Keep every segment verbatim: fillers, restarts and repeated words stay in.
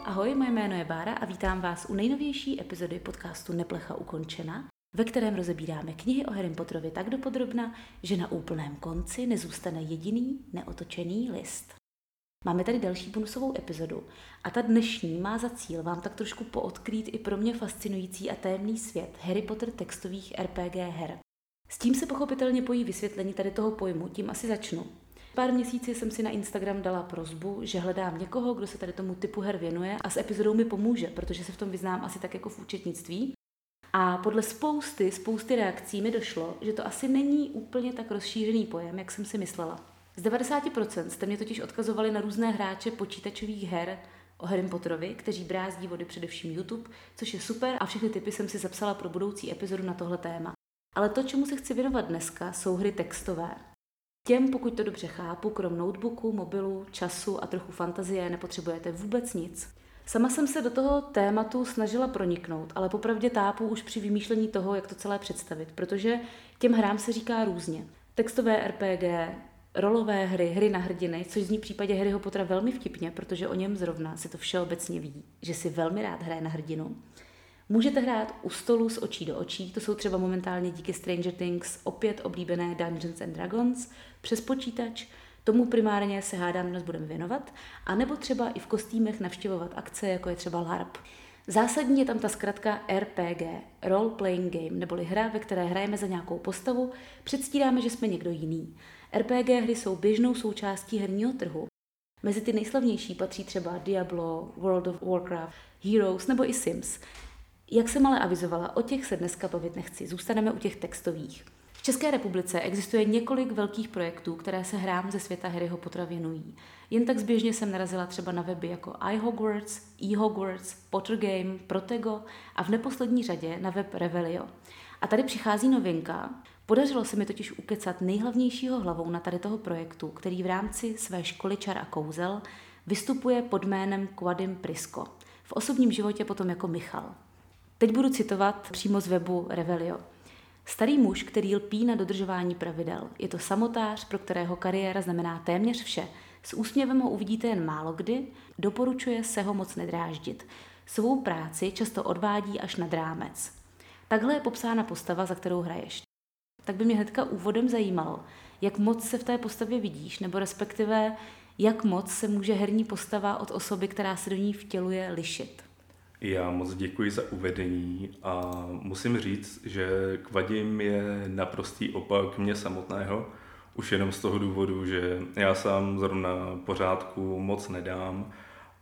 Ahoj, moje jméno je Bára a vítám vás u nejnovější epizody podcastu Neplecha ukončena, ve kterém rozebíráme knihy o Harrym Potterovi tak dopodrobna, že na úplném konci nezůstane jediný neotočený list. Máme tady další bonusovou epizodu a ta dnešní má za cíl vám tak trošku poodkrýt i pro mě fascinující a tajemný svět Harry Potter textových R P G her. S tím se pochopitelně pojí vysvětlení tady toho pojmu, tím asi začnu. Pár měsíci jsem si na Instagram dala prosbu, že hledám někoho, kdo se tady tomu typu her věnuje a s epizodou mi pomůže, protože se v tom vyznám asi tak jako v účetnictví. A podle spousty, spousty reakcí mi došlo, že to asi není úplně tak rozšířený pojem, jak jsem si myslela. Z devadesát procent jste mě totiž odkazovali na různé hráče počítačových her o Harrym Potterovi, kteří brázdí vody především YouTube, což je super a všechny tipy jsem si zapsala pro budoucí epizodu na tohle téma. Ale to, čemu se chci věnovat dneska, jsou hry textové. Těm, pokud to dobře chápu, krom notebooku, mobilu, času a trochu fantazie nepotřebujete vůbec nic. Sama jsem se do toho tématu snažila proniknout, ale popravdě tápu už při vymýšlení toho, jak to celé představit, protože těm hrám se říká různě. Textové R P G, rolové hry, hry na hrdiny, což zní v případě Harryho Pottera velmi vtipně, protože o něm zrovna se to všeobecně ví, že si velmi rád hraje na hrdinu. Můžete hrát u stolu z očí do očí, to jsou třeba momentálně díky Stranger Things opět oblíbené Dungeons and Dragons, přes počítač, tomu primárně se hádám dnes budeme věnovat, anebo třeba i v kostýmech navštěvovat akce, jako je třeba LARP. Zásadní je tam ta zkratka R P G, Role Playing Game, neboli hra, ve které hrajeme za nějakou postavu, předstíráme, že jsme někdo jiný. R P G hry jsou běžnou součástí herního trhu. Mezi ty nejslavnější patří třeba Diablo, World of Warcraft, Heroes nebo i Sims. Jak jsem ale avizovala, o těch se dneska bavit nechci, zůstaneme u těch textových. V České republice existuje několik velkých projektů, které se hrám ze světa Harryho Pottera věnují. Jen tak zběžně jsem narazila třeba na weby jako iHogwarts, eHogwarts, Pottergame, Protego a v neposlední řadě na web Revelio. A tady přichází novinka. Podařilo se mi totiž ukecat nejhlavnějšího hlavou na tady toho projektu, který v rámci své školy čar a kouzel vystupuje pod jménem Quadim Prisko. V osobním životě potom jako Michal. Teď budu citovat přímo z webu Revelio. Starý muž, který lpí na dodržování pravidel. Je to samotář, pro kterého kariéra znamená téměř vše. S úsměvem ho uvidíte jen málo kdy, doporučuje se ho moc nedráždit. Svou práci často odvádí až nad rámec. Takhle je popsána postava, za kterou hraješ. Tak by mě hnedka úvodem zajímalo, jak moc se v té postavě vidíš, nebo respektive jak moc se může herní postava od osoby, která se do ní vtěluje, lišit. Já moc děkuji za uvedení a musím říct, že Quadim je naprostý opak mě samotného, už jenom z toho důvodu, že já sám zrovna pořádku moc nedám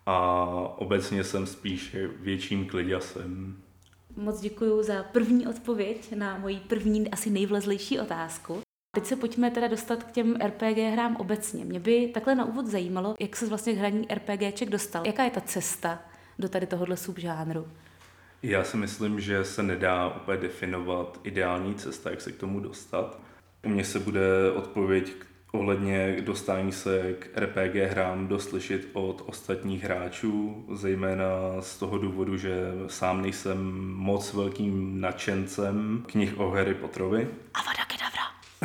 a obecně jsem spíš větším kliďasem. Moc děkuji za první odpověď na moji první, asi nejvlezlejší otázku. Teď se pojďme teda dostat k těm RPG hrám obecně. Mě by takhle na úvod zajímalo, jak se vlastně k hraní RPGček dostal. Jaká je ta cesta do tady tohohle subžánru? Já si myslím, že se nedá úplně definovat ideální cesta, jak se k tomu dostat. U mě se bude odpověď ohledně dostání se k R P G hrám doslyšet od ostatních hráčů, zejména z toho důvodu, že sám nejsem moc velkým nadšencem knih o Harry Potterovi. Avada kedavra.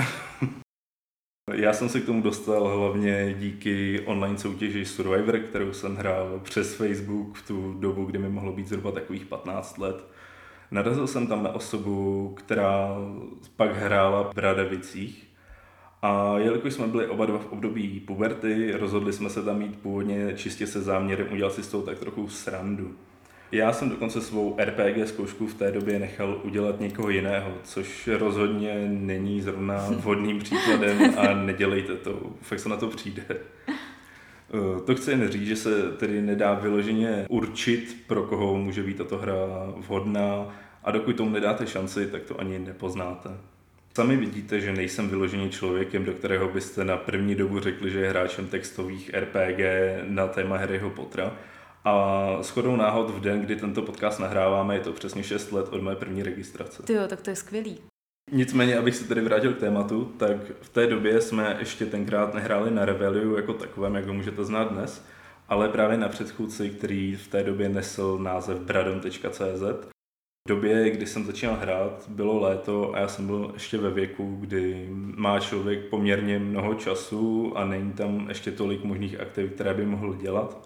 Já jsem se k tomu dostal hlavně díky online soutěži Survivor, kterou jsem hrál přes Facebook v tu dobu, kdy mi mohlo být zhruba takových patnáct let. Narazil jsem tam na osobu, která pak hrála v Bradavicích. A jelikož jsme byli oba dva v období puberty, rozhodli jsme se tam jít původně čistě se záměrem udělat si s tou tak trochu srandu. Já jsem dokonce svou R P G zkoušku v té době nechal udělat někoho jiného, což rozhodně není zrovna vhodným příkladem a nedělejte to, fakt se na to přijde. To chci jen říct, že se tedy nedá vyloženě určit, pro koho může být tato hra vhodná a dokud tomu nedáte šanci, tak to ani nepoznáte. Sami vidíte, že nejsem vyložený člověkem, do kterého byste na první dobu řekli, že je hráčem textových R P G na téma Harryho Pottera. A shodou náhod v den, kdy tento podcast nahráváme, je to přesně šest let od mé první registrace. Tyjo, tak to je skvělý. Nicméně, abych se tedy vrátil k tématu, tak v té době jsme ještě tenkrát nehráli na Reveliu jako takovém, jak ho můžete znát dnes, ale právě na předchůdci, který v té době nesl název bradon tečka cé zet. V době, kdy jsem začínal hrát, bylo léto a já jsem byl ještě ve věku, kdy má člověk poměrně mnoho času a není tam ještě tolik možných aktivit, které by mohl dělat.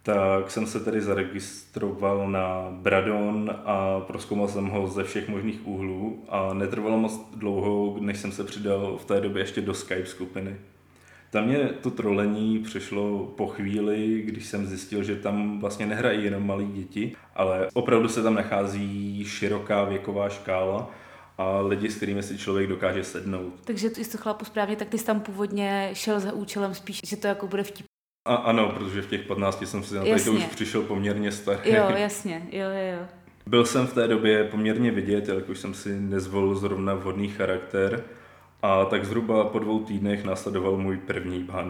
tak jsem se tedy zaregistroval na Bradon a prozkoumal jsem ho ze všech možných úhlů a netrvalo moc dlouho, než jsem se přidal v té době ještě do Skype skupiny. Tam mě to trolení přišlo po chvíli, když jsem zjistil, že tam vlastně nehrají jenom malí děti, ale opravdu se tam nachází široká věková škála a lidi, s kterými si člověk dokáže sednout. Takže jestli to chápu správně, tak ty jsi tam původně šel za účelem spíš, že to jako bude vtip. A ano, protože v těch patnácti jsem si na tady to už přišel poměrně starý. Jo, jasně, jo, jo, jo. Byl jsem v té době poměrně vidět, jelikož jsem si nezvolil zrovna vhodný charakter a tak zhruba po dvou týdnech následoval můj první ban.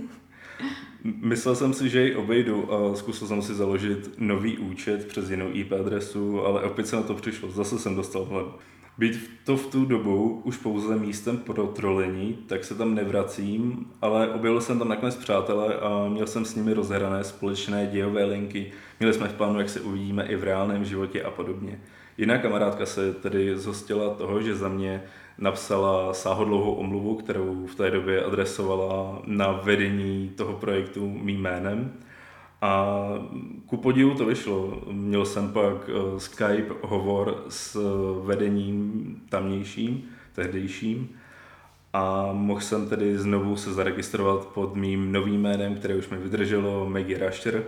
Myslel jsem si, že ji obejdu a zkusil jsem si založit nový účet přes jinou í pé adresu, ale opět se na to přišlo, zase jsem dostal hlad. Být to v tu dobu už pouze místem pro trolení, tak se tam nevracím, ale objevil jsem tam nakonec přátelé a měl jsem s nimi rozhrané společné dějové linky. Měli jsme v plánu, jak se uvidíme i v reálném životě a podobně. Jiná kamarádka se tedy zhostila toho, že za mě napsala sáhodlouhou omluvu, kterou v té době adresovala na vedení toho projektu mým jménem. A ku podivu to vyšlo. Měl jsem pak Skype hovor s vedením tamnějším, tehdejším a mohl jsem tedy znovu se zaregistrovat pod mým novým jménem, které už mi vydrželo, Maggie Rusher,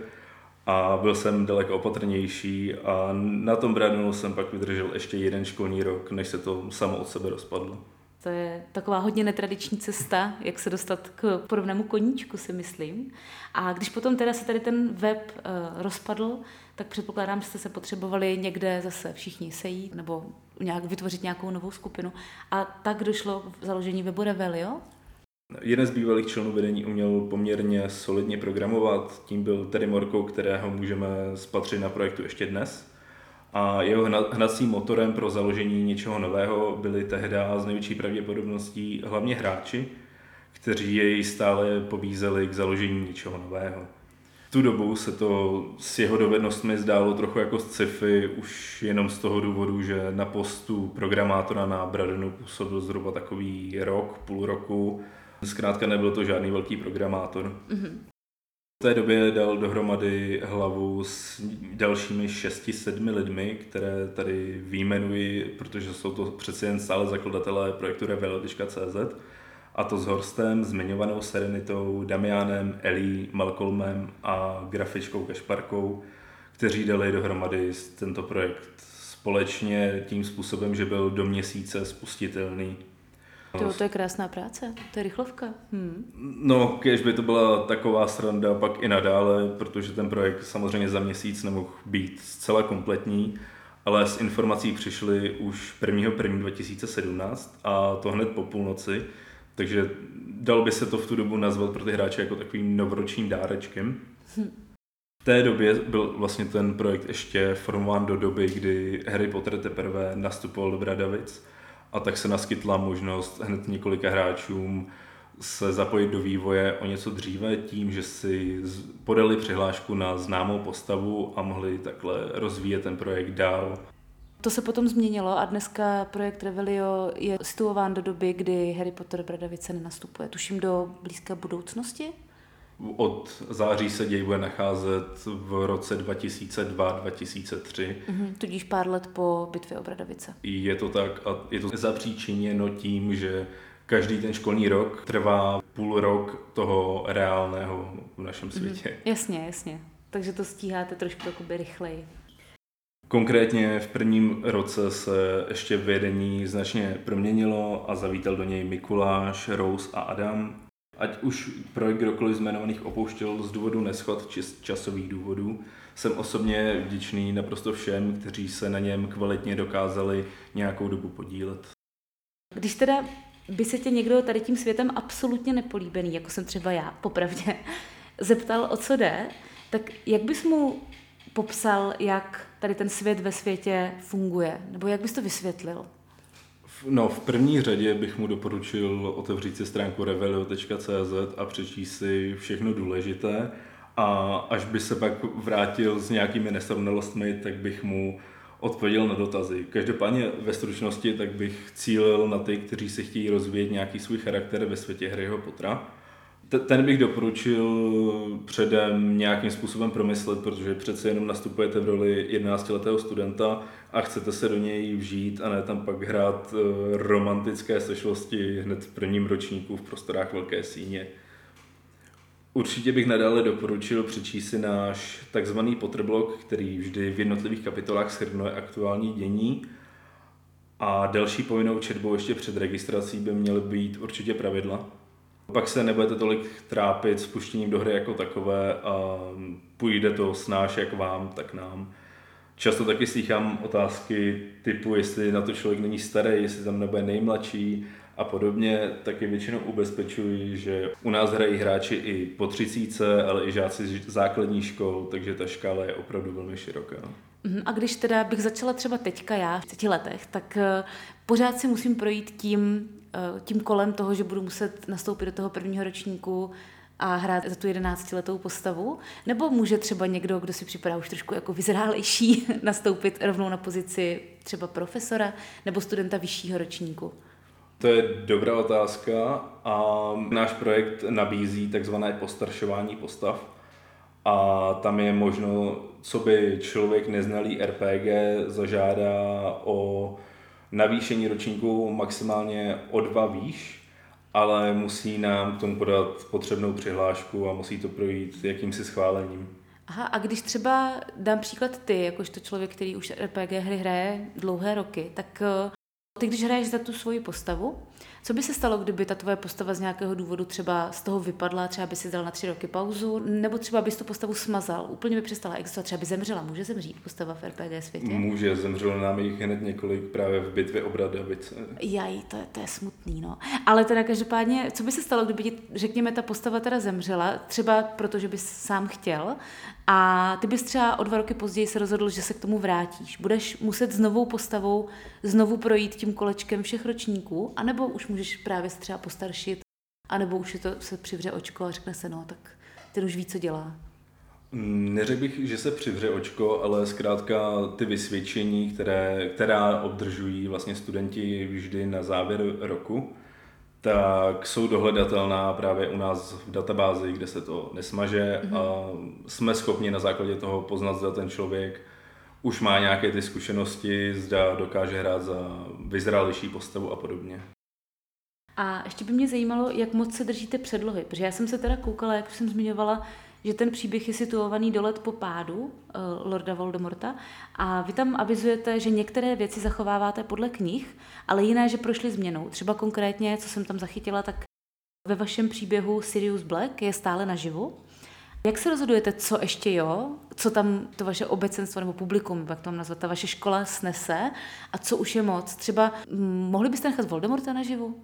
a byl jsem daleko opatrnější a na tom Bradonu jsem pak vydržel ještě jeden školní rok, než se to samo od sebe rozpadlo. To je taková hodně netradiční cesta, jak se dostat k podobnému koníčku, si myslím. A když potom teda se tady ten web uh, rozpadl, tak předpokládám, že jste se potřebovali někde zase všichni sejít nebo nějak vytvořit nějakou novou skupinu. A tak došlo k založení webu Revelio? Jeden z bývalých členů vedení uměl poměrně solidně programovat, tím byl Terry Morkou, kterého můžeme spatřit na projektu ještě dnes. A jeho hnacím motorem pro založení něčeho nového byli tehdy s největší pravděpodobností hlavně hráči, kteří jej stále pobízeli k založení něčeho nového. V tu dobu se to s jeho dovednostmi zdálo trochu jako sci-fi, už jenom z toho důvodu, že na postu programátora na Bradonu působil zhruba takový rok, půl roku. Zkrátka nebyl to žádný velký programátor. Mm-hmm. V té době dal dohromady hlavu s dalšími šesti, sedmi lidmi, které tady vyjmenuji, protože jsou to přeci jen stále zakladatelé projektu Revelio tečka cé zet. A to s Horstem, zmiňovanou Serenitou, Damianem, Elí, Malcolmem a grafičkou Kašparkou, kteří dali dohromady tento projekt společně tím způsobem, že byl do měsíce spustitelný. To, to je krásná práce, to je rychlovka. Hmm. No, kéž by to byla taková sranda pak i nadále, protože ten projekt samozřejmě za měsíc nemohl být zcela kompletní, ale s informací přišli už prvního prvního dva tisíce sedmnáct a to hned po půlnoci, takže dal by se to v tu dobu nazvat pro ty hráče jako takovým novoročním dárečkem. Hmm. V té době byl vlastně ten projekt ještě formován do doby, kdy Harry Potter teprve nastupoval do Bradavic. A tak se naskytla možnost hned několika hráčům se zapojit do vývoje o něco dříve tím, že si podali přihlášku na známou postavu a mohli takhle rozvíjet ten projekt dál. To se potom změnilo a dneska projekt Revelio je situován do doby, kdy Harry Potter Bradavice nenastupuje. Tuším do blízké budoucnosti? Od září se děj bude nacházet v roce dva tisíce dva dva tisíce tři. Mm-hmm, tudíž pár let po bitvě o Bradavice. Je to tak a je to zapříčiněno tím, že každý ten školní rok trvá půl rok toho reálného v našem světě. Mm-hmm, jasně, jasně. Takže to stíháte trošku jakoby rychleji. Konkrétně v prvním roce se ještě vedení značně proměnilo a zavítal do něj Mikuláš, Rose a Adam. Ať už projekt kdokoliv z jmenovaných opouštěl z důvodu neschod či z časových důvodů, jsem osobně vděčný naprosto všem, kteří se na něm kvalitně dokázali nějakou dobu podílet. Když teda by se tě někdo tady tím světem absolutně nepolíbený, jako jsem třeba já, popravdě, zeptal, o co jde, tak jak bys mu popsal, jak tady ten svět ve světě funguje? Nebo jak bys to vysvětlil? No, v první řadě bych mu doporučil otevřít si stránku Revelio tečka cé zet a přečíst si všechno důležité a až by se pak vrátil s nějakými nesrovnalostmi, tak bych mu odpověděl na dotazy. Každopádně ve stručnosti tak bych cílil na ty, kteří si chtějí rozvíjet nějaký svůj charakter ve světě Harryho Pottera. Ten bych doporučil předem nějakým způsobem promyslet, protože přece jenom nastupujete v roli jedenáctiletého studenta a chcete se do něj vžít a ne tam pak hrát romantické sešlosti hned v prvním ročníku v prostorách Velké síně. Určitě bych nadále doporučil přečíst si náš takzvaný Potterblog, který vždy v jednotlivých kapitolách shrnuje aktuální dění. A další povinnou četbou ještě před registrací by měly být určitě pravidla. Pak se nebudete tolik trápit s puštěním do hry jako takové a půjde to snáš jak vám, tak nám. Často taky slýchám otázky typu, jestli na to člověk není starý, jestli tam nebude nejmladší a podobně, taky většinou ubezpečuji, že u nás hrají hráči i po třicítce, ale i žáci z základních škol, takže ta škála je opravdu velmi široká. A když teda bych začala třeba teďka já v třiceti letech, tak pořád si musím projít tím, tím kolem toho, že budu muset nastoupit do toho prvního ročníku a hrát za tu jedenáctiletou postavu? Nebo může třeba někdo, kdo si připadá už trošku jako vyzrálejší, nastoupit rovnou na pozici třeba profesora nebo studenta vyššího ročníku? To je dobrá otázka a náš projekt nabízí takzvané postaršování postav. A tam je možno, co by člověk neznalý er pé gé zažádá o navýšení ročníku maximálně o dva výš, ale musí nám k tomu podat potřebnou přihlášku a musí to projít jakýmsi schválením. Aha, a když třeba dám příklad ty, jakožto člověk, který už er pé gé hry hraje dlouhé roky, tak ty, když hraješ za tu svoji postavu, co by se stalo, kdyby ta tvoje postava z nějakého důvodu třeba z toho vypadla, třeba by si dal na tři roky pauzu, nebo třeba bys tu postavu smazal, úplně by přestala existovat, třeba by zemřela. Může zemřít postava v er pé gé světě? Může, zemřelo nám jich hned několik právě v bitvě o Bradavice. Jaj, to je, to je smutný, no. Ale teda každopádně, co by se stalo, kdyby ti, řekněme, ta postava teda zemřela, třeba protože bys sám chtěl, a ty bys třeba o dva roky později se rozhodl, že se k tomu vrátíš. Budeš muset s novou postavou znovu projít tím kolečkem všech ročníků, anebo už můžeš právě se třeba postaršit, anebo už je to, se přivře očko a řekne se, no, tak ten už ví, co dělá. Neřekl bych, že se přivře očko, ale zkrátka ty vysvědčení, které, která obdržují vlastně studenti vždy na závěr roku, tak jsou dohledatelná právě u nás v databázi, kde se to nesmaže mm-hmm. a jsme schopni na základě toho poznat, zda ten člověk už má nějaké ty zkušenosti, zda dokáže hrát za vyzrálejší postavu a podobně. A ještě by mě zajímalo, jak moc se držíte předlohy, protože já jsem se teda koukala, jak už jsem zmiňovala, že ten příběh je situovaný do let po pádu uh, Lorda Voldemorta a vy tam avizujete, že některé věci zachováváte podle knih, ale jiné, že prošly změnou. Třeba konkrétně, co jsem tam zachytila, tak ve vašem příběhu Sirius Black je stále naživu. Jak se rozhodujete, co ještě jo, co tam to vaše obecenstvo nebo publikum, jak to mám nazvat, ta vaše škola snese a co už je moc? Třeba mohli byste nechat Voldemorta naživu?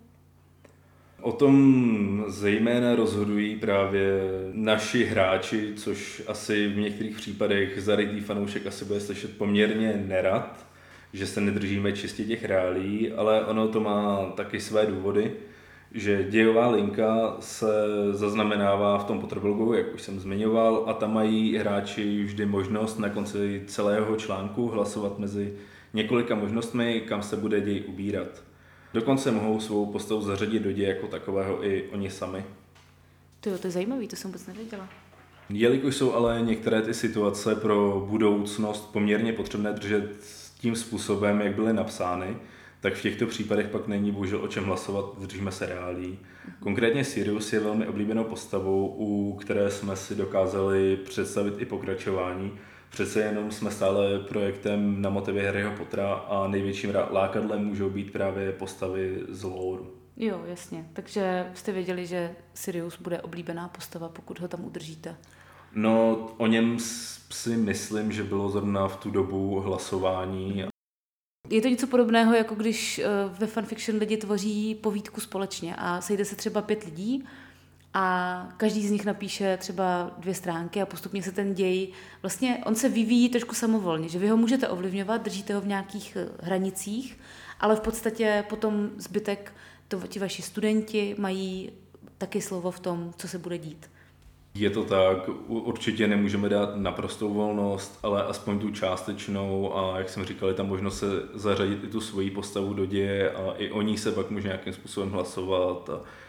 O tom zejména rozhodují právě naši hráči, což asi v některých případech zarytý fanoušek asi bude slyšet poměrně nerad, že se nedržíme čistě těch reálí, ale ono to má taky své důvody, že dějová linka se zaznamenává v tom Potterblogu, jak už jsem zmiňoval, a tam mají hráči vždy možnost na konci celého článku hlasovat mezi několika možnostmi, kam se bude děj ubírat. Dokonce mohou svou postavu zařadit do děje jako takového i oni sami. To, jo, to je zajímavý, to jsem vůbec nevěděla. Jelikož jsou ale některé ty situace pro budoucnost poměrně potřebné držet tím způsobem, jak byly napsány, tak v těchto případech pak není bohužel o čem hlasovat, držíme se reálí. Konkrétně Sirius je velmi oblíbenou postavou, u které jsme si dokázali představit i pokračování. Přece jenom jsme stále projektem na motivy Harryho Pottera a největším lákadlem můžou být právě postavy z lore. Jo, jasně. Takže jste věděli, že Sirius bude oblíbená postava, pokud ho tam udržíte. No, o něm si myslím, že bylo zrovna v tu dobu hlasování. Je to něco podobného, jako když ve fanfiction lidi tvoří povídku společně a sejde se třeba pět lidí a každý z nich napíše třeba dvě stránky a postupně se ten děj, vlastně on se vyvíjí trošku samovolně, že vy ho můžete ovlivňovat, držíte ho v nějakých hranicích, ale v podstatě potom zbytek, to ti vaši studenti mají taky slovo v tom, co se bude dít. Je to tak, určitě nemůžeme dát naprostou volnost, ale aspoň tu částečnou a jak jsem říkal, je tam možnost se zařadit i tu svoji postavu do děje a i o ní se pak může nějakým způsobem hlasovat. A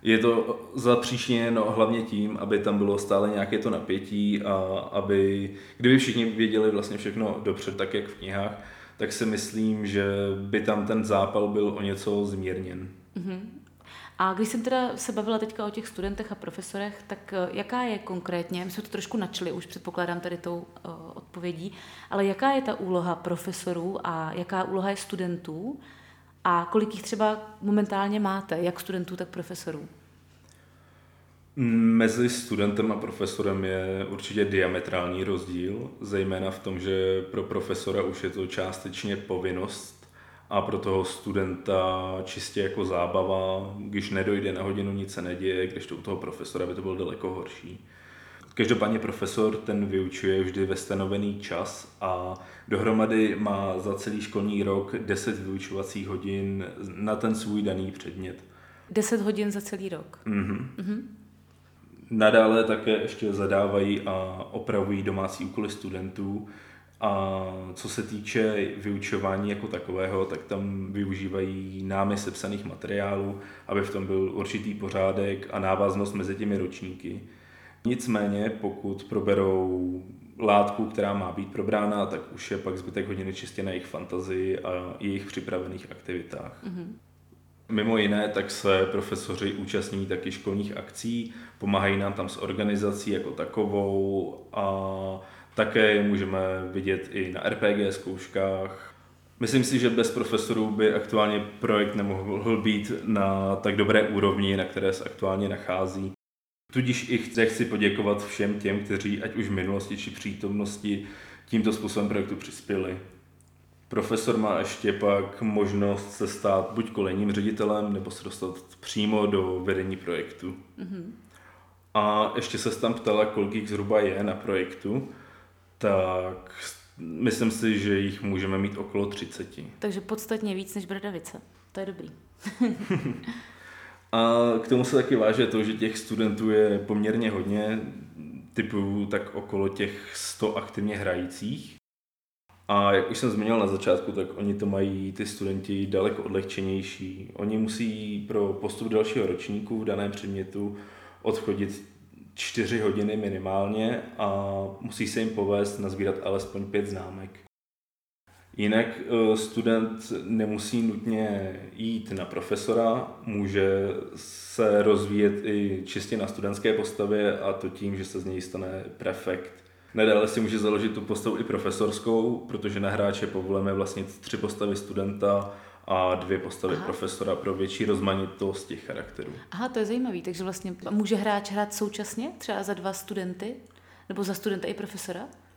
Je to zapříčiněno hlavně tím, aby tam bylo stále nějaké to napětí a aby, kdyby všichni věděli vlastně všechno dopřed, tak jak v knihách, tak si myslím, že by tam ten zápal byl o něco zmírněn. Mm-hmm. A když jsem teda se bavila teďka o těch studentech a profesorech, tak jaká je konkrétně, my jsme to trošku načli, už předpokládám tady tou uh, odpovědí, ale jaká je ta úloha profesorů a jaká úloha je studentů a kolik jich třeba momentálně máte, jak studentů, tak profesorů? Mezi studentem a profesorem je určitě diametrální rozdíl, zejména v tom, že pro profesora už je to částečně povinnost a pro toho studenta čistě jako zábava, když nedojde na hodinu, nic se neděje, když to u toho profesora by to bylo daleko horší. Každopádně profesor ten vyučuje vždy ve stanovený čas a dohromady má za celý školní rok deset vyučovacích hodin na ten svůj daný předmět. deset hodin za celý rok? Mhm. Mhm. Nadále také ještě zadávají a opravují domácí úkoly studentů a co se týče vyučování jako takového, tak tam využívají námi sepsaných materiálů, aby v tom byl určitý pořádek a návaznost mezi těmi ročníky. Nicméně, pokud proberou látku, která má být probrána, tak už je pak zbytek hodiny čistě na jejich fantazii a jejich připravených aktivitách. Mm-hmm. Mimo jiné, tak se profesoři účastní taky školních akcí, pomáhají nám tam s organizací jako takovou a také můžeme vidět i na er pé gé zkouškách. Myslím si, že bez profesorů by aktuálně projekt nemohl být na tak dobré úrovni, na které se aktuálně nachází. Tudíž i chci poděkovat všem těm, kteří ať už v minulosti či přítomnosti tímto způsobem projektu přispěli. Profesor má ještě pak možnost se stát buď kolejním ředitelem, nebo se dostat přímo do vedení projektu. Mm-hmm. A ještě se tam ptala, kolik jich zhruba je na projektu, tak myslím si, že jich můžeme mít okolo třiceti. Takže podstatně víc než Bradavice. To je dobrý. A k tomu se taky váže to, že těch studentů je poměrně hodně, typu tak okolo těch sto aktivně hrajících. A jak už jsem zmínil na začátku, tak oni to mají, ty studenti, daleko odlehčenější. Oni musí pro postup dalšího ročníku v daném předmětu odchodit čtyři hodiny minimálně a musí se jim povést nazbírat alespoň pět známek. Jinak student nemusí nutně jít na profesora, může se rozvíjet i čistě na studentské postavě a to tím, že se z něj stane prefekt. Nadále si může založit tu postavu i profesorskou, protože na hráče povolujeme vlastně tři postavy studenta a dvě postavy Aha. profesora pro větší rozmanitost těch charakterů. Aha, to je zajímavý, takže vlastně může hráč hrát současně třeba za dva studenty? Nebo za studenta i profesora?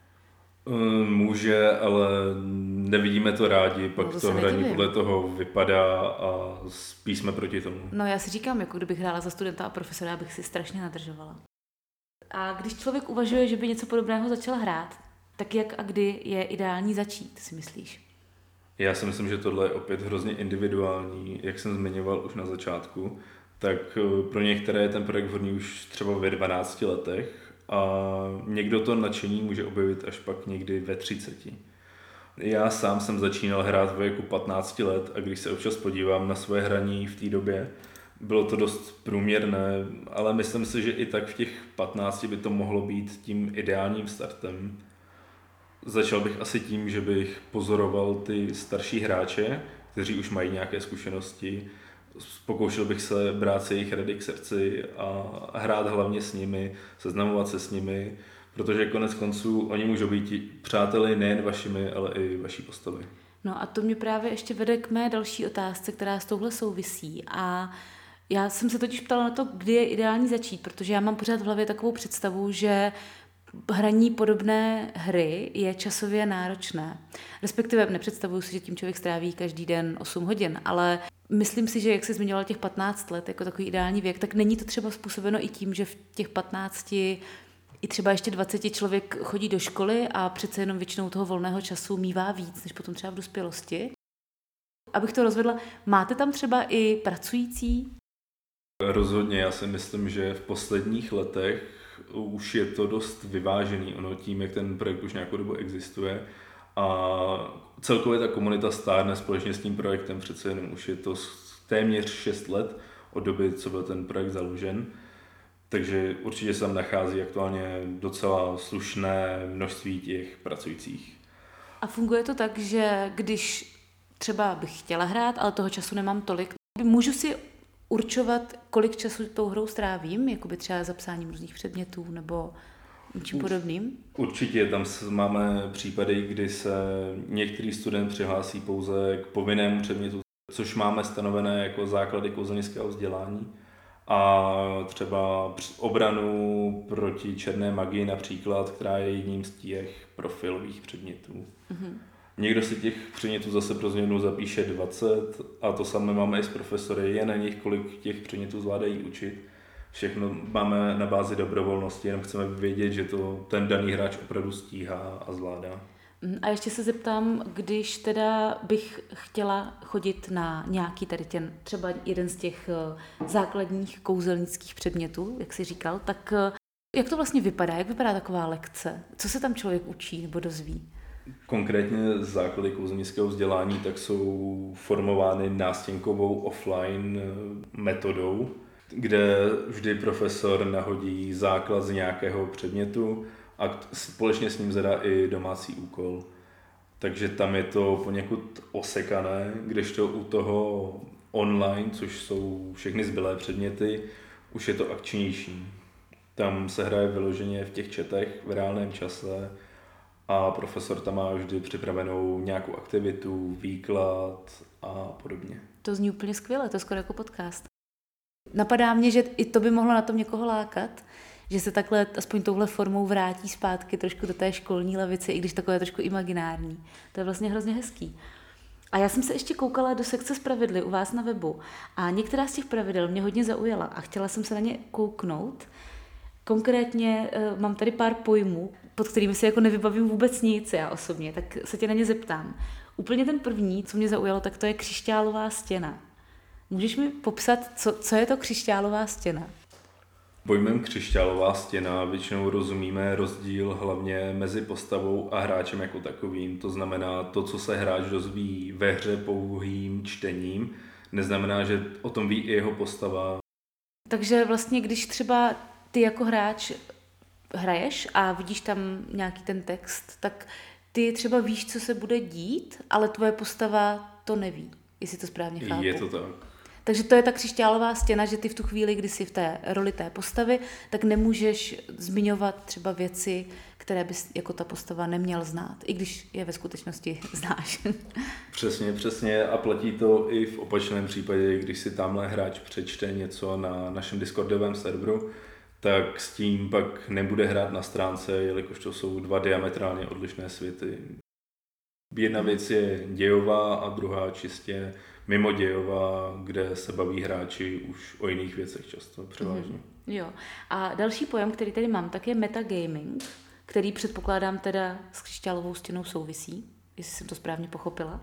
Může, ale nevidíme to rádi, pak no, to, to hraní podle toho vypadá a spíš jsme proti tomu. No já si říkám, jako kdybych hrála za studenta a profesora, já bych si strašně nadržovala. A když člověk uvažuje, že by něco podobného začal hrát, tak jak a kdy je ideální začít, si myslíš? Já si myslím, že tohle je opět hrozně individuální, jak jsem zmiňoval už na začátku, tak pro některé je ten projekt vhodný už třeba ve dvanácti letech a někdo to nadšení může objevit až pak někdy ve třiceti. Já sám jsem začínal hrát ve věku patnácti let a když se občas podívám na svoje hraní v té době, bylo to dost průměrné, ale myslím si, že i tak v těch patnácti by to mohlo být tím ideálním startem. Začal bych asi tím, že bych pozoroval ty starší hráče, kteří už mají nějaké zkušenosti. Pokoušel bych se brát se jejich rady k srdci a hrát hlavně s nimi, seznamovat se s nimi, protože konec konců oni můžou být přáteli nejen vašimi, ale i vaší postavy. No a to mě právě ještě vede k mé další otázce, která s touhle souvisí. A já jsem se totiž ptala na to, kdy je ideální začít, protože já mám pořád v hlavě takovou představu, že hraní podobné hry je časově náročné. Respektive nepředstavuju si, že tím člověk stráví každý den osm hodin, ale myslím si, že jak jsi zmiňoval těch patnáct let jako takový ideální věk, tak není to třeba způsobeno i tím, že v těch patnácti i třeba ještě dvaceti člověk chodí do školy a přece jenom většinou toho volného času mívá víc, než potom třeba v dospělosti. Abych to rozvedla, máte tam třeba i pracující? Rozhodně, já si myslím, že v posledních letech už je to dost vyvážený, ono tím, jak ten projekt už nějakou dobu existuje a celkově ta komunita stárne společně s tím projektem, přece jenom už je to téměř šest let od doby, co byl ten projekt založen. Takže určitě se tam nachází aktuálně docela slušné množství těch pracujících. A funguje to tak, že když třeba bych chtěla hrát, ale toho času nemám tolik, můžu si určovat, kolik času tou hrou strávím, jakoby třeba zapsáním různých předmětů nebo něčím podobným? Určitě, tam máme případy, kdy se některý student přihlásí pouze k povinnému předmětu, což máme stanovené jako základy kouzelnického vzdělání. A třeba obranu proti černé magii například, která je jedním z těch profilových předmětů. Mm-hmm. Někdo si těch předmětů zase pro změnu zapíše dvacet a to samé máme i s profesory, je na nich, kolik těch předmětů zvládají učit. Všechno máme na bázi dobrovolnosti, jenom chceme vědět, že to ten daný hráč opravdu stíhá a zvládá. A ještě se zeptám, když teda bych chtěla chodit na nějaký tady ten, třeba jeden z těch základních kouzelnických předmětů, jak jsi říkal, tak jak to vlastně vypadá? Jak vypadá taková lekce? Co se tam člověk učí nebo dozví? Konkrétně základy kouzelnického vzdělání tak jsou formovány nástěnkovou offline metodou, kde vždy profesor nahodí základ z nějakého předmětu a společně s ním zadá i domácí úkol. Takže tam je to poněkud osekané, kdežto u toho online, což jsou všechny zbylé předměty, už je to akčnější. Tam se hraje vyloženě v těch chatech v reálném čase a profesor tam má vždy připravenou nějakou aktivitu, výklad a podobně. To zní úplně skvěle, to je skoro jako podcast. Napadá mě, že i to by mohlo na tom někoho lákat, že se takhle aspoň touhle formou vrátí zpátky trošku do té školní lavice, i když takové trošku imaginární. To je vlastně hrozně hezký. A já jsem se ještě koukala do sekce s pravidly u vás na webu a některá z těch pravidel mě hodně zaujala a chtěla jsem se na ně kouknout. Konkrétně uh, mám tady pár pojmů, pod kterými si jako nevybavím vůbec nic já osobně, tak se tě na ně zeptám. Úplně ten první, co mě zaujalo, tak to je křišťálová stěna. Můžeš mi popsat, co, co je to křišťálová stěna? Pojmem křišťálová stěna většinou rozumíme rozdíl hlavně mezi postavou a hráčem jako takovým. To znamená, to, co se hráč dozví ve hře pouhým čtením, neznamená, že o tom ví i jeho postava. Takže vlastně, když třeba ty jako hráč hraješ a vidíš tam nějaký ten text, tak ty třeba víš, co se bude dít, ale tvoje postava to neví, jestli to správně chápu. Je to tak. Takže to je ta křišťálová stěna, že ty v tu chvíli, kdy jsi v té roli té postavy, tak nemůžeš zmiňovat třeba věci, které bys jako ta postava neměl znát, i když je ve skutečnosti znáš. Přesně, přesně a platí to i v opačném případě, když si tamhle hráč přečte něco na našem Discordovém serveru, tak s tím pak nebude hrát na stránce, jelikož to jsou dva diametrálně odlišné světy. Jedna věc je dějová a druhá čistě mimo dějová, kde se baví hráči už o jiných věcech často, převážně. Mm-hmm. Jo. A další pojem, který tady mám, tak je metagaming, který předpokládám teda s křišťálovou stěnou souvisí, jestli jsem to správně pochopila.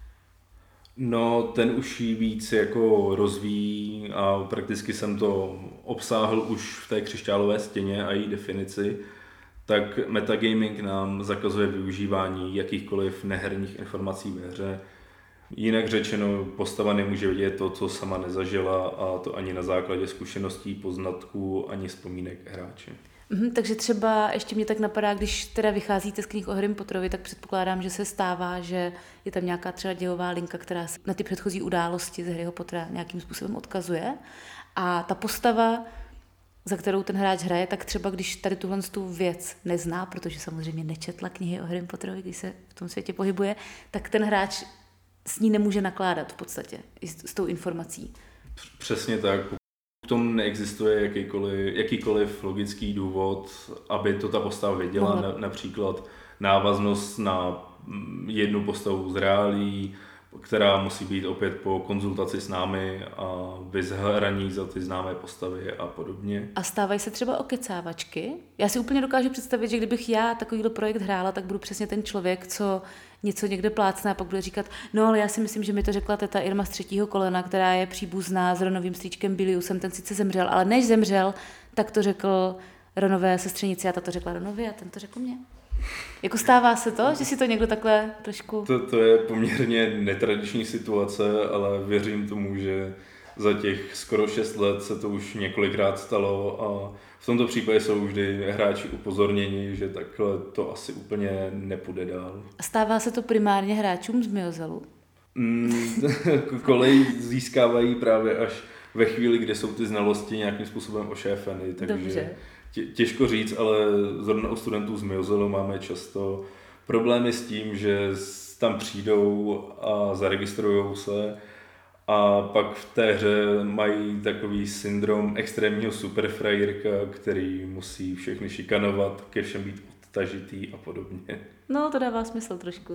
No, ten už ji víc jako rozvíjí a prakticky jsem to obsáhl už v té křišťálové stěně a její definici. Tak metagaming nám zakazuje využívání jakýchkoliv neherních informací ve hře. Jinak řečeno, postava nemůže vidět to, co sama nezažila, a to ani na základě zkušeností, poznatků, ani vzpomínek hráče. Mhm, takže třeba ještě mě tak napadá, když teda vycházíte z knih o Harrym Potterovi, tak předpokládám, že se stává, že je tam nějaká třeba dějová linka, která se na ty předchozí události z Harryho Pottera nějakým způsobem odkazuje. A ta postava, za kterou ten hráč hraje, tak třeba když tady tuhle tu věc nezná, protože samozřejmě nečetla knihy o Harrym Potterovi, když se v tom světě pohybuje, tak ten hráč s ní nemůže nakládat v podstatě, s tou informací. Přesně tak. K tomu neexistuje jakýkoliv, jakýkoliv logický důvod, aby to ta postava věděla, na, například návaznost na jednu postavu z reálí, která musí být opět po konzultaci s námi a vyzhraní za ty známé postavy a podobně. A stávají se třeba okecávačky? Já si úplně dokážu představit, že kdybych já takovýhle projekt hrála, tak budu přesně ten člověk, co něco někde plácne a pak bude říkat, no ale já si myslím, že mi to řekla teta Irma z třetího kolena, která je příbuzná s Ronovým strýčkem Biliusem, ten sice zemřel, ale než zemřel, tak to řekl Ronové sestřenici a ta to řekla Ronovi a ten to řekl mně. Jako stává se to, že si to někdo takhle trošku... To, to je poměrně netradiční situace, ale věřím tomu, že za těch skoro šest let se to už několikrát stalo a v tomto případě jsou vždy hráči upozorněni, že takhle to asi úplně nepůjde dál. Stává se to primárně hráčům z Myozelu? Mm, kolej získávají právě až ve chvíli, kdy jsou ty znalosti nějakým způsobem ošéfeny, takže tě, těžko říct, ale zrovna u studentů z Myozelu máme často problémy s tím, že tam přijdou a zaregistrujou se a pak v té hře mají takový syndrom extrémního superfrajírka, který musí všechny šikanovat, ke všem být odtažitý a podobně. No, to dává smysl trošku.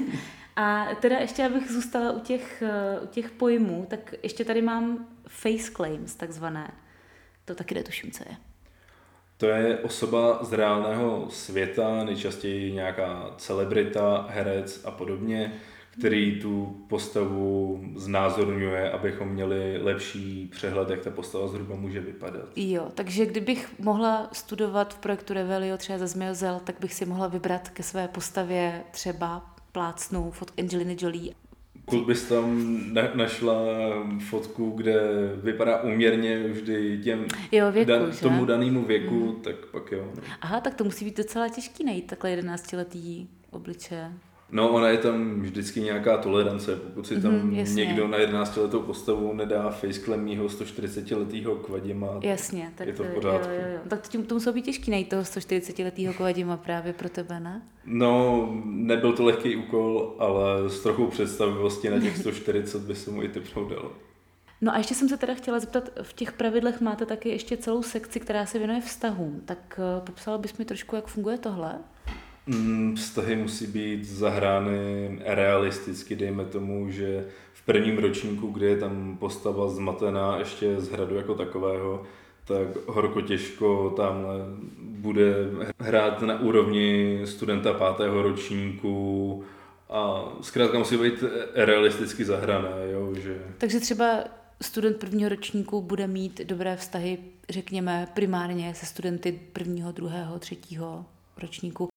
A teda ještě, abych zůstala u těch, u těch pojmů, tak ještě tady mám face claims, takzvané. To taky netuším, co je. To je osoba z reálného světa, nejčastěji nějaká celebrita, herec a podobně, který tu postavu znázorňuje, abychom měli lepší přehled, jak ta postava zhruba může vypadat. Jo, takže kdybych mohla studovat v projektu Revelio třeba ze Zmiozel, tak bych si mohla vybrat ke své postavě třeba plácnu fotku Angeliny Jolie. Kult bys tam na- našla fotku, kde vypadá úměrně vždy těm jo, věku, dan- že? tomu danému věku, mm. tak pak jo. No. Aha, tak to musí být docela těžký najít takhle jedenáctiletý obličeje. No, ona je tam vždycky nějaká tolerance, pokud si tam mm, někdo na jedenáctiletou postavu nedá faceclam mýho stočtyřicetiletýho Kvadima, jasně, tak je to v pořádku. Jo, jo, jo. Tak tím to muselo být těžký najít toho stočtyřicetiletýho Kvadima právě pro tebe, ne? No, nebyl to lehký úkol, ale s trochou představivosti na těch sto čtyřicet by se mu i typnout dalo. No a ještě jsem se teda chtěla zeptat, v těch pravidlech máte taky ještě celou sekci, která se věnuje vztahům, tak uh, popsala bys mi trošku, jak funguje tohle? Mm, vztahy musí být zahrány realisticky, dejme tomu, že v prvním ročníku, kdy je tam postava zmatená ještě z hradu jako takového, tak horko těžko tam bude hrát na úrovni studenta pátého ročníku a zkrátka musí být realisticky zahrané. Jo, že... Takže třeba student prvního ročníku bude mít dobré vztahy, řekněme, primárně se studenty prvního, druhého, třetího ročníku.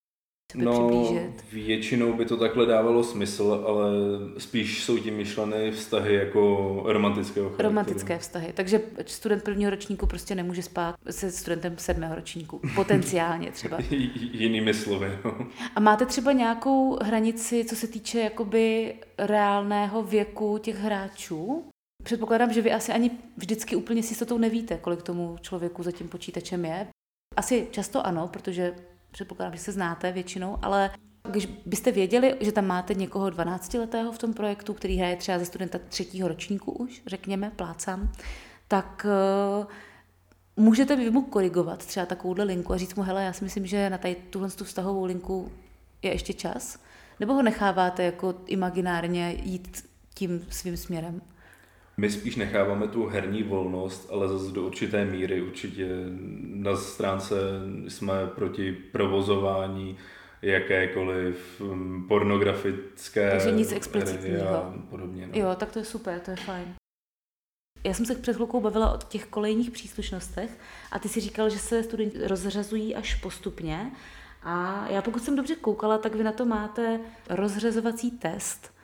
No, většinou by to takhle dávalo smysl, ale spíš jsou tím myšleny vztahy jako romantického charakteru. Romantické vztahy. Takže student prvního ročníku prostě nemůže spát se studentem sedmého ročníku. Potenciálně třeba. Jinými slovy, no. A máte třeba nějakou hranici, co se týče jakoby reálného věku těch hráčů? Předpokládám, že vy asi ani vždycky úplně s jistotou nevíte, kolik tomu člověku za tím počítačem je. Asi často ano, protože předpokládám, že se znáte většinou, ale když byste věděli, že tam máte někoho dvanáctiletého v tom projektu, který hraje třeba za studenta třetího ročníku už, řekněme, plácám, tak uh, můžete vy mu korigovat třeba takovouhle linku a říct mu, hele, já si myslím, že na tady tuhle tu vztahovou linku je ještě čas? Nebo ho necháváte jako imaginárně jít tím svým směrem? My spíš necháváme tu herní volnost, ale zase do určité míry. Určitě na stránce jsme proti provozování jakékoliv pornografické takže nic explicitního. Podobně, no. Jo, tak to je super, to je fajn. Já jsem se před chvilkou bavila o těch kolejních příslušnostech a ty si říkal, že se studenti rozřazují až postupně. A já pokud jsem dobře koukala, tak vy na to máte rozřazovací test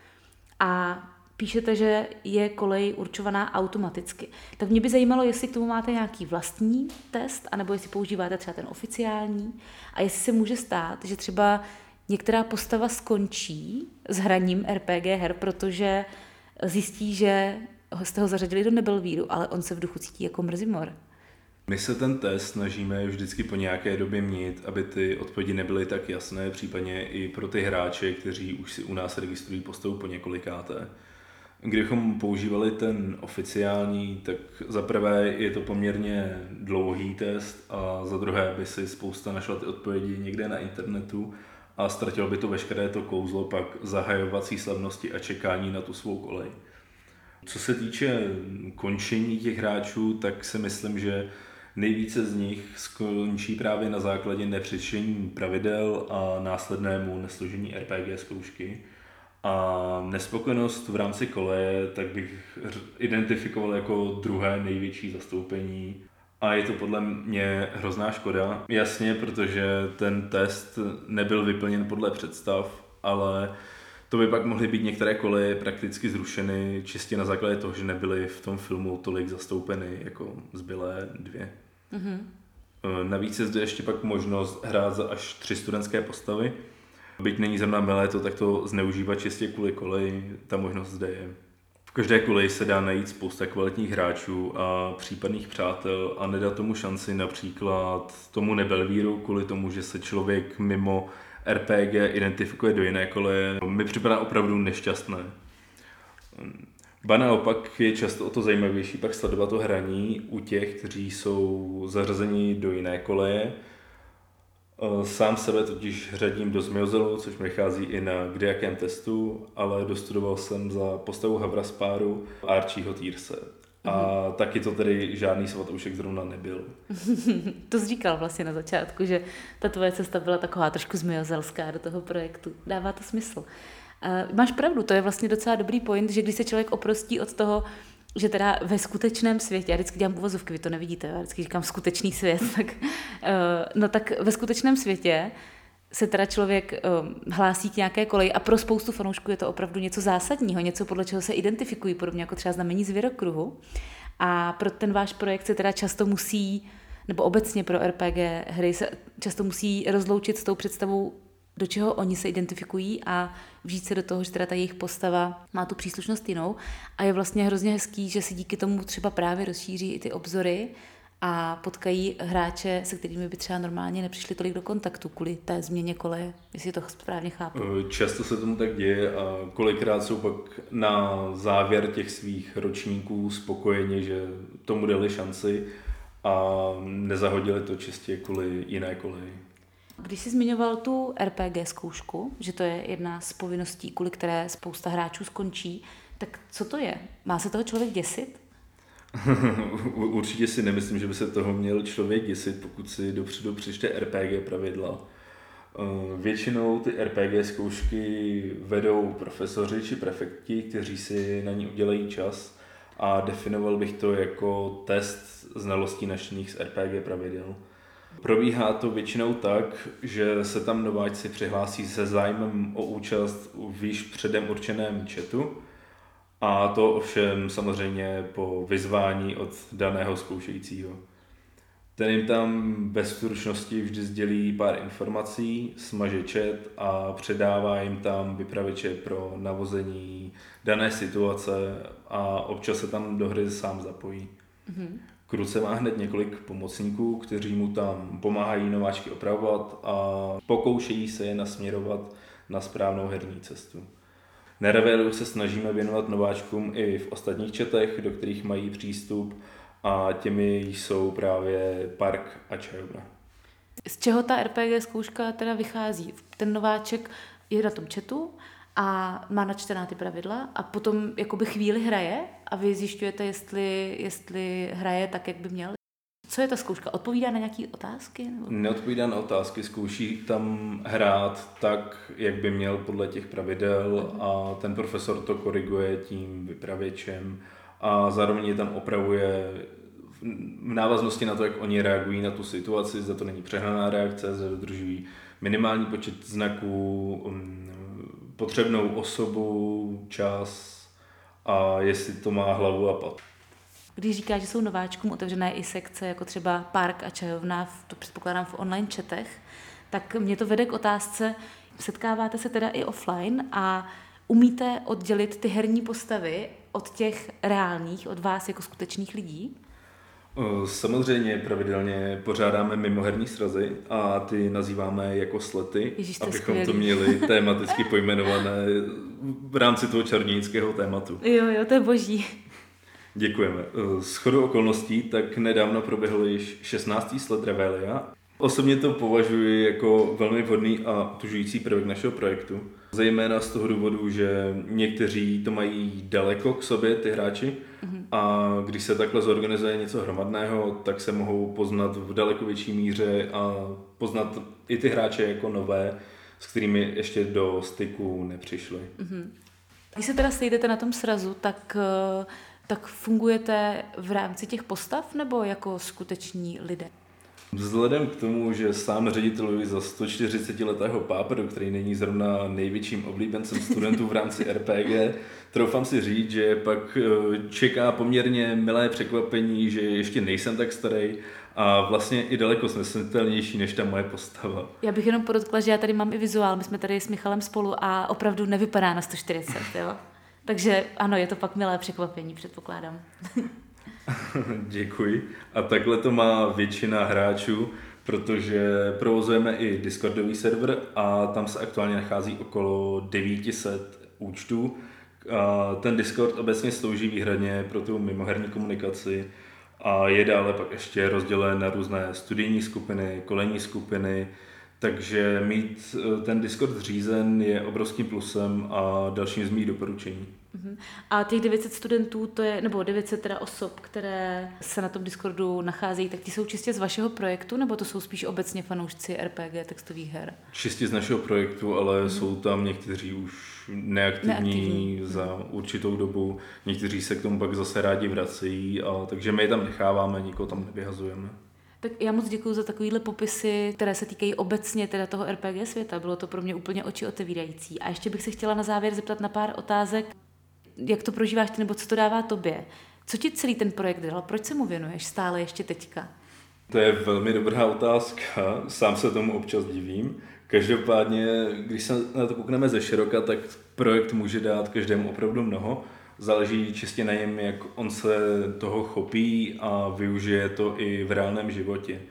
a píšete, že je kolej určovaná automaticky. Tak mě by zajímalo, jestli k tomu máte nějaký vlastní test, anebo jestli používáte třeba ten oficiální a jestli se může stát, že třeba některá postava skončí s hraním R P G her, protože zjistí, že jste ho zařadili do Nebelvíru, ale on se v duchu cítí jako Mrzimor. My se ten test snažíme vždycky po nějaké době mít, aby ty odpovědi nebyly tak jasné, případně i pro ty hráče, kteří už si u nás registrují postavu po několikáté. Kdybychom používali ten oficiální, tak za prvé je to poměrně dlouhý test a za druhé by si spousta našla ty odpovědi někde na internetu a ztratilo by to veškeré to kouzlo pak zahajovací slavnosti a čekání na tu svou kolej. Co se týče končení těch hráčů, tak si myslím, že nejvíce z nich skončí právě na základě nepřečtení pravidel a následnému nesložení R P G zkoušky. A nespokojenost v rámci koleje tak bych identifikoval jako druhé největší zastoupení. A je to podle mě hrozná škoda. Jasně, protože ten test nebyl vyplněn podle představ, ale To by pak mohly být některé koleje prakticky zrušeny čistě na základě toho, že nebyly v tom filmu tolik zastoupeny jako zbylé dvě. Mm-hmm. Navíc je zde ještě pak možnost hrát za až tři studentské postavy. Byť není zrovna milé to takto zneužívat čistě kvůli koleji, ta možnost zde je. V každé koleji se dá najít spousta kvalitních hráčů a případných přátel a nedá tomu šanci například tomu Nebelvíru kvůli tomu, že se člověk mimo R P G identifikuje do jiné koleje, mi připadá opravdu nešťastné. Ba naopak je často o to zajímavější pak sledovat to hraní u těch, kteří jsou zařazeni do jiné koleje. Sám sebe totiž řadím do Zmiozelu, což mi vychází i na kdejakém testu, ale dostudoval jsem za postavu Havraspáru a Archieho Tyrse. A mm-hmm. taky to tedy žádný svatoušek zrovna nebyl. To jsi říkal vlastně na začátku, že ta tvoje cesta byla taková trošku zmiozelská do toho projektu. Dává to smysl. Uh, máš pravdu, to je vlastně docela dobrý point, že když se člověk oprostí od toho, že teda ve skutečném světě, já vždycky dělám uvozovky, vy to nevidíte, já vždycky říkám skutečný svět, tak, uh, no tak ve skutečném světě se teda člověk um, hlásí k nějaké koleji a pro spoustu fanoušků je to opravdu něco zásadního, něco podle čeho se identifikují, podobně jako třeba znamení zvěrokruhu. A pro ten váš projekt se teda často musí, nebo obecně pro R P G hry se často musí rozloučit s tou představou, do čeho oni se identifikují a vžít se do toho, že teda ta jejich postava má tu příslušnost jinou. A je vlastně hrozně hezký, že si díky tomu třeba právě rozšíří i ty obzory a potkají hráče, se kterými by třeba normálně nepřišli tolik do kontaktu kvůli té změně koleje, jestli to správně chápu. Často se tomu tak děje a kolikrát jsou pak na závěr těch svých ročníků spokojeni, že tomu dali šanci a nezahodili to čistě kvůli jiné koleji. Když jsi zmiňoval tu R P G zkoušku, že to je jedna z povinností, kvůli které spousta hráčů skončí, tak co to je? Má se toho člověk děsit? Určitě si nemyslím, že by se toho měl člověk děsit, pokud si dopředu přečte R P G pravidla. Většinou ty R P G zkoušky vedou profesoři či prefekti, kteří si na ní udělají čas a definoval bych to jako test znalostí načtených z R P G pravidel. Probíhá to většinou tak, že se tam nováčci přihlásí se zájmem o účast v již předem určeném chatu a to ovšem samozřejmě po vyzvání od daného zkoušejícího. Ten jim tam bez stručnosti vždy sdělí pár informací, smaže chat a předává jim tam vypravěče pro navození dané situace a občas se tam do hry sám zapojí. Mm-hmm. Kruce má hned několik pomocníků, kteří mu tam pomáhají nováčky opravovat a pokoušejí se je nasměrovat na správnou herní cestu. Na Revelu se snažíme věnovat nováčkům i v ostatních chatech, do kterých mají přístup a těmi jsou právě Park a Čajovna. Z čeho ta R P G zkouška teda vychází? Ten nováček je na tom chatu a má načtená ty pravidla a potom jakoby chvíli hraje a vy zjišťujete, jestli, jestli hraje tak, jak by měl. Co je ta zkouška? Odpovídá na nějaké otázky? Nebo? Neodpovídá na otázky, zkouší tam hrát tak, jak by měl podle těch pravidel a ten profesor to koriguje tím vypravěčem a zároveň je tam opravuje v návaznosti na to, jak oni reagují na tu situaci, zda to není přehnaná reakce, zda dodržují minimální počet znaků, potřebnou osobu, čas a jestli to má hlavu a pat. Když říkáš, že jsou nováčkům otevřené i sekce, jako třeba Park a Čajovna, to předpokládám v online chatech, tak mě to vede k otázce, setkáváte se teda i offline a umíte oddělit ty herní postavy od těch reálních, od vás jako skutečných lidí? Samozřejmě pravidelně pořádáme mimoherní srazy a ty nazýváme jako slety, Ježiš, to abychom skvělý. to měli tematicky pojmenované v rámci toho čarodějnického tématu. Jo, jo, to je boží. Děkujeme. Shodou okolností tak nedávno proběhl již šestnáctý slet Revelia. Osobně to považuji jako velmi vhodný a tužující prvek našeho projektu. Zejména z toho důvodu, že někteří to mají daleko k sobě, ty hráči, mm-hmm. a když se takhle zorganizuje něco hromadného, tak se mohou poznat v daleko větší míře a poznat i ty hráče jako nové, s kterými ještě do styku nepřišli. Mm-hmm. Když se teda sejdete na tom srazu, tak, tak fungujete v rámci těch postav nebo jako skuteční lidé? Vzhledem k tomu, že sám ředitel za sto čtyřicetiletého páperu, který není zrovna největším oblíbencem studentů v rámci R P G, troufám si říct, že pak čeká poměrně milé překvapení, že ještě nejsem tak starý a vlastně i daleko snesitelnější než ta moje postava. Já bych jenom podotkla, že já tady mám i vizuál, my jsme tady s Michalem spolu a opravdu nevypadá na sto čtyřicet, jo? Takže ano, je to pak milé překvapení, předpokládám. Děkuji. A takhle to má většina hráčů, protože provozujeme i Discordový server a tam se aktuálně nachází okolo devět set účtů. A ten Discord obecně slouží výhradně pro tu mimoherní komunikaci a je dále pak ještě rozdělen na různé studijní skupiny, kolejní skupiny, takže mít ten Discord zřízen je obrovským plusem a dalším z mých doporučení. A těch devět set studentů, to je, nebo devět set teda osob, které se na tom Discordu nacházejí, tak ti jsou čistě z vašeho projektu, nebo to jsou spíš obecně fanoušci R P G textových her? Čistě z našeho projektu, ale hmm. jsou tam někteří už neaktivní, neaktivní za určitou dobu, někteří se k tomu pak zase rádi vracejí, a takže my je tam necháváme, nikoho tam nevyhazujeme. Tak já moc děkuji za takovýhle popisy, které se týkají obecně teda toho R P G světa. Bylo to pro mě úplně oči otevírající. A ještě bych se chtěla na závěr zeptat na pár otázek. Jak to prožíváš ty, nebo co to dává tobě? Co ti celý ten projekt dal? Proč se mu věnuješ stále ještě teďka? To je velmi dobrá otázka. Sám se tomu občas divím. Každopádně, když se na to koukneme ze široka, tak projekt může dát každému opravdu mnoho. Záleží čistě na něm, jak on se toho chopí a využije to i v reálném životě.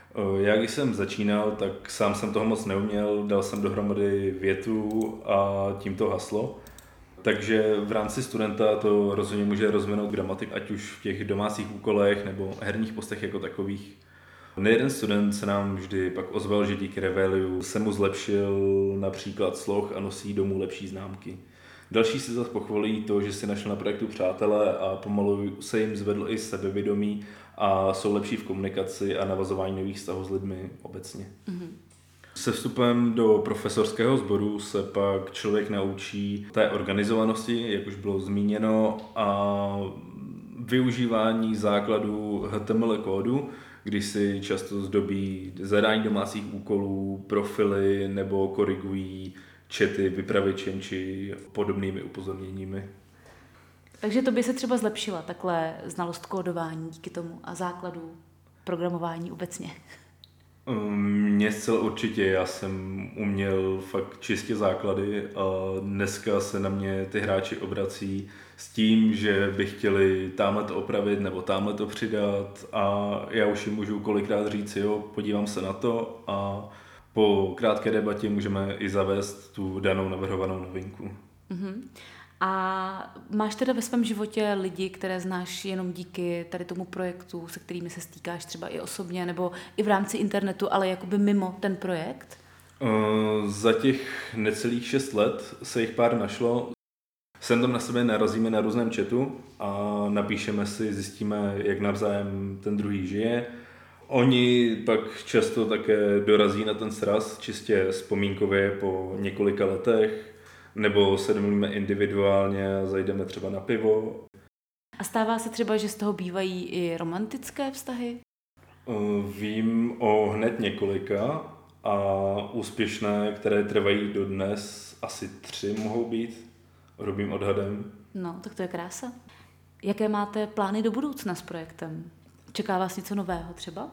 Já když jsem začínal, tak sám jsem toho moc neuměl, dal jsem dohromady větu a tím to haslo. Takže v rámci studenta to rozhodně může rozvinout gramatik, ať už v těch domácích úkolech nebo herních postech jako takových. Nejeden student se nám vždy pak ozval, že díky Reveliu se mu zlepšil například sloh a nosí domů lepší známky. Další si zase pochvalí to, že si našel na projektu přátele a pomalu se jim zvedl i sebevědomí a jsou lepší v komunikaci a navazování nových vztahů s lidmi obecně. Mm-hmm. Se vstupem do profesorského sboru se pak člověk naučí té organizovanosti, jak už bylo zmíněno, a využívání základů H T M L kódu, když si často zdobí zadání domácích úkolů, profily nebo korigují chaty vypravěčem či podobnými upozorněními. Takže to by se třeba zlepšila takhle znalost kódování díky tomu a základů programování obecně? Mně zcela určitě, já jsem uměl fakt čistě základy a dneska se na mě ty hráči obrací s tím, že by chtěli tamhle to opravit nebo tamhle to přidat a já už jim můžu kolikrát říct, jo, podívám se na to a po krátké debatě můžeme i zavést tu danou navrhovanou novinku. Mm-hmm. A máš teda ve svém životě lidi, které znáš jenom díky tady tomu projektu, se kterými se stýkáš třeba i osobně, nebo i v rámci internetu, ale jakoby mimo ten projekt? Uh, za těch necelých šest let se jich pár našlo. Sem tam na sebe narazíme na různém chatu a napíšeme si, zjistíme, jak navzájem ten druhý žije. Oni pak často také dorazí na ten sraz čistě vzpomínkově po několika letech, nebo se domluvíme individuálně a zajdeme třeba na pivo. A stává se třeba, že z toho bývají i romantické vztahy? Vím o hned několika a úspěšné, které trvají dodnes, asi tři mohou být, hrubým odhadem. No, tak to je krása. Jaké máte plány do budoucna s projektem? Čeká vás něco nového třeba?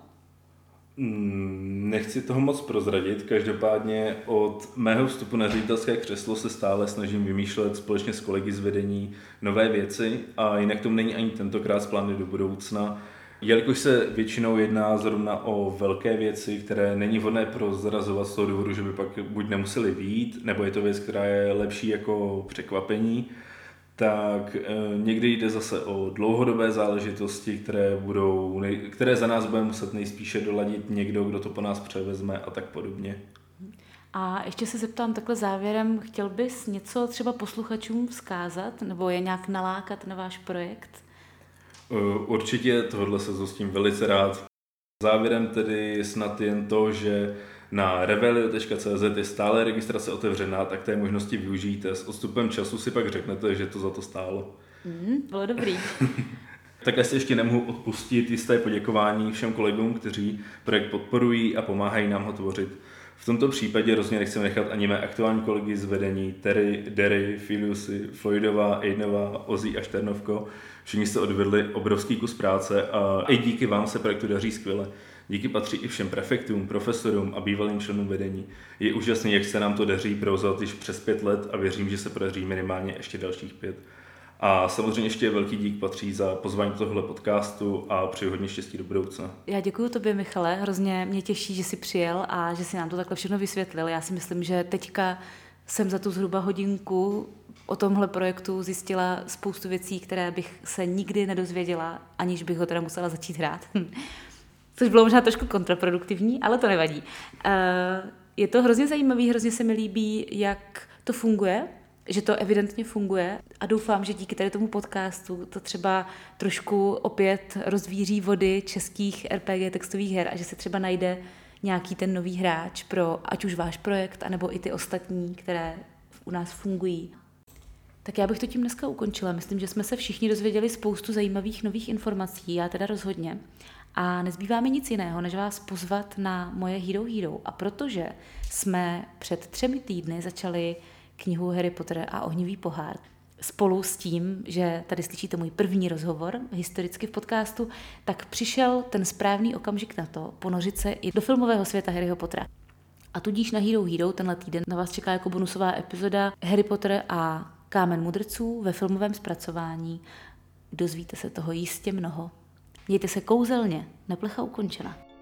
Nechci toho moc prozradit, každopádně od mého vstupu na ředitelské křeslo se stále snažím vymýšlet společně s kolegy z vedení nové věci a jinak tomu není ani tentokrát plány do budoucna. Jelikož se většinou jedná zrovna o velké věci, které není vhodné prozrazovat z toho důvodu, že by pak buď nemuseli vyjít, nebo je to věc, která je lepší jako překvapení, tak e, někdy jde zase o dlouhodobé záležitosti, které, budou, nej, které za nás bude muset nejspíše doladit někdo, kdo to po nás převezme a tak podobně. A ještě se zeptám takhle závěrem, chtěl bys něco třeba posluchačům vzkázat, nebo je nějak nalákat na váš projekt? E, určitě, tohle se zhostím velice rád. Závěrem tedy snad jen to, že na revelio tečka cé zet je stále registrace otevřená, tak té možnosti využijte. S odstupem času si pak řeknete, že to za to stálo. Mm, bylo dobrý. Takhle si ještě nemohu odpustit jisté poděkování všem kolegům, kteří projekt podporují a pomáhají nám ho tvořit. V tomto případě rozhodně nechceme nechat ani mé aktuální kolegy z vedení Terry, Derry, Filiusy, Floydová, Aidenova, Ozzy a Šternovko. Všichni jste odvedli obrovský kus práce a i díky vám se projektu daří skvěle. Díky patří i všem prefektům, profesorům a bývalým členům vedení. Je úžasné, jak se nám to daří provozovat již přes pět let a věřím, že se podaří minimálně ještě dalších pět. A samozřejmě ještě velký dík patří za pozvání tohle podcastu a přeji hodně štěstí do budoucna. Já děkuji tobě, Michale, hrozně mě těší, že jsi přijel a že jsi nám to takhle všechno vysvětlil. Já si myslím, že teďka jsem za tu zhruba hodinku o tomhle projektu zjistila spoustu věcí, které bych se nikdy nedozvěděla, aniž bych ho teda musela začít hrát. Což bylo možná trošku kontraproduktivní, ale to nevadí. Je to hrozně zajímavý, hrozně se mi líbí, jak to funguje, že to evidentně funguje a doufám, že díky tady tomu podcastu to třeba trošku opět rozvíří vody českých R P G textových her a že se třeba najde nějaký ten nový hráč pro ať už váš projekt, anebo i ty ostatní, které u nás fungují. Tak já bych to tím dneska ukončila. Myslím, že jsme se všichni dozvěděli spoustu zajímavých nových informací, já teda rozhodně. A nezbývá mi nic jiného, než vás pozvat na moje Hero Hero. A protože jsme před třemi týdny začali knihu Harry Potter a ohnivý pohár, spolu s tím, že tady slyšíte můj první rozhovor historicky v podcastu, tak přišel ten správný okamžik na to ponořit se i do filmového světa Harryho Pottera. A tudíž na Hero Hero tenhle týden na vás čeká jako bonusová epizoda Harry Potter a Kámen mudrců ve filmovém zpracování. Dozvíte se toho jistě mnoho. Mějte se kouzelně, neplecha ukončena.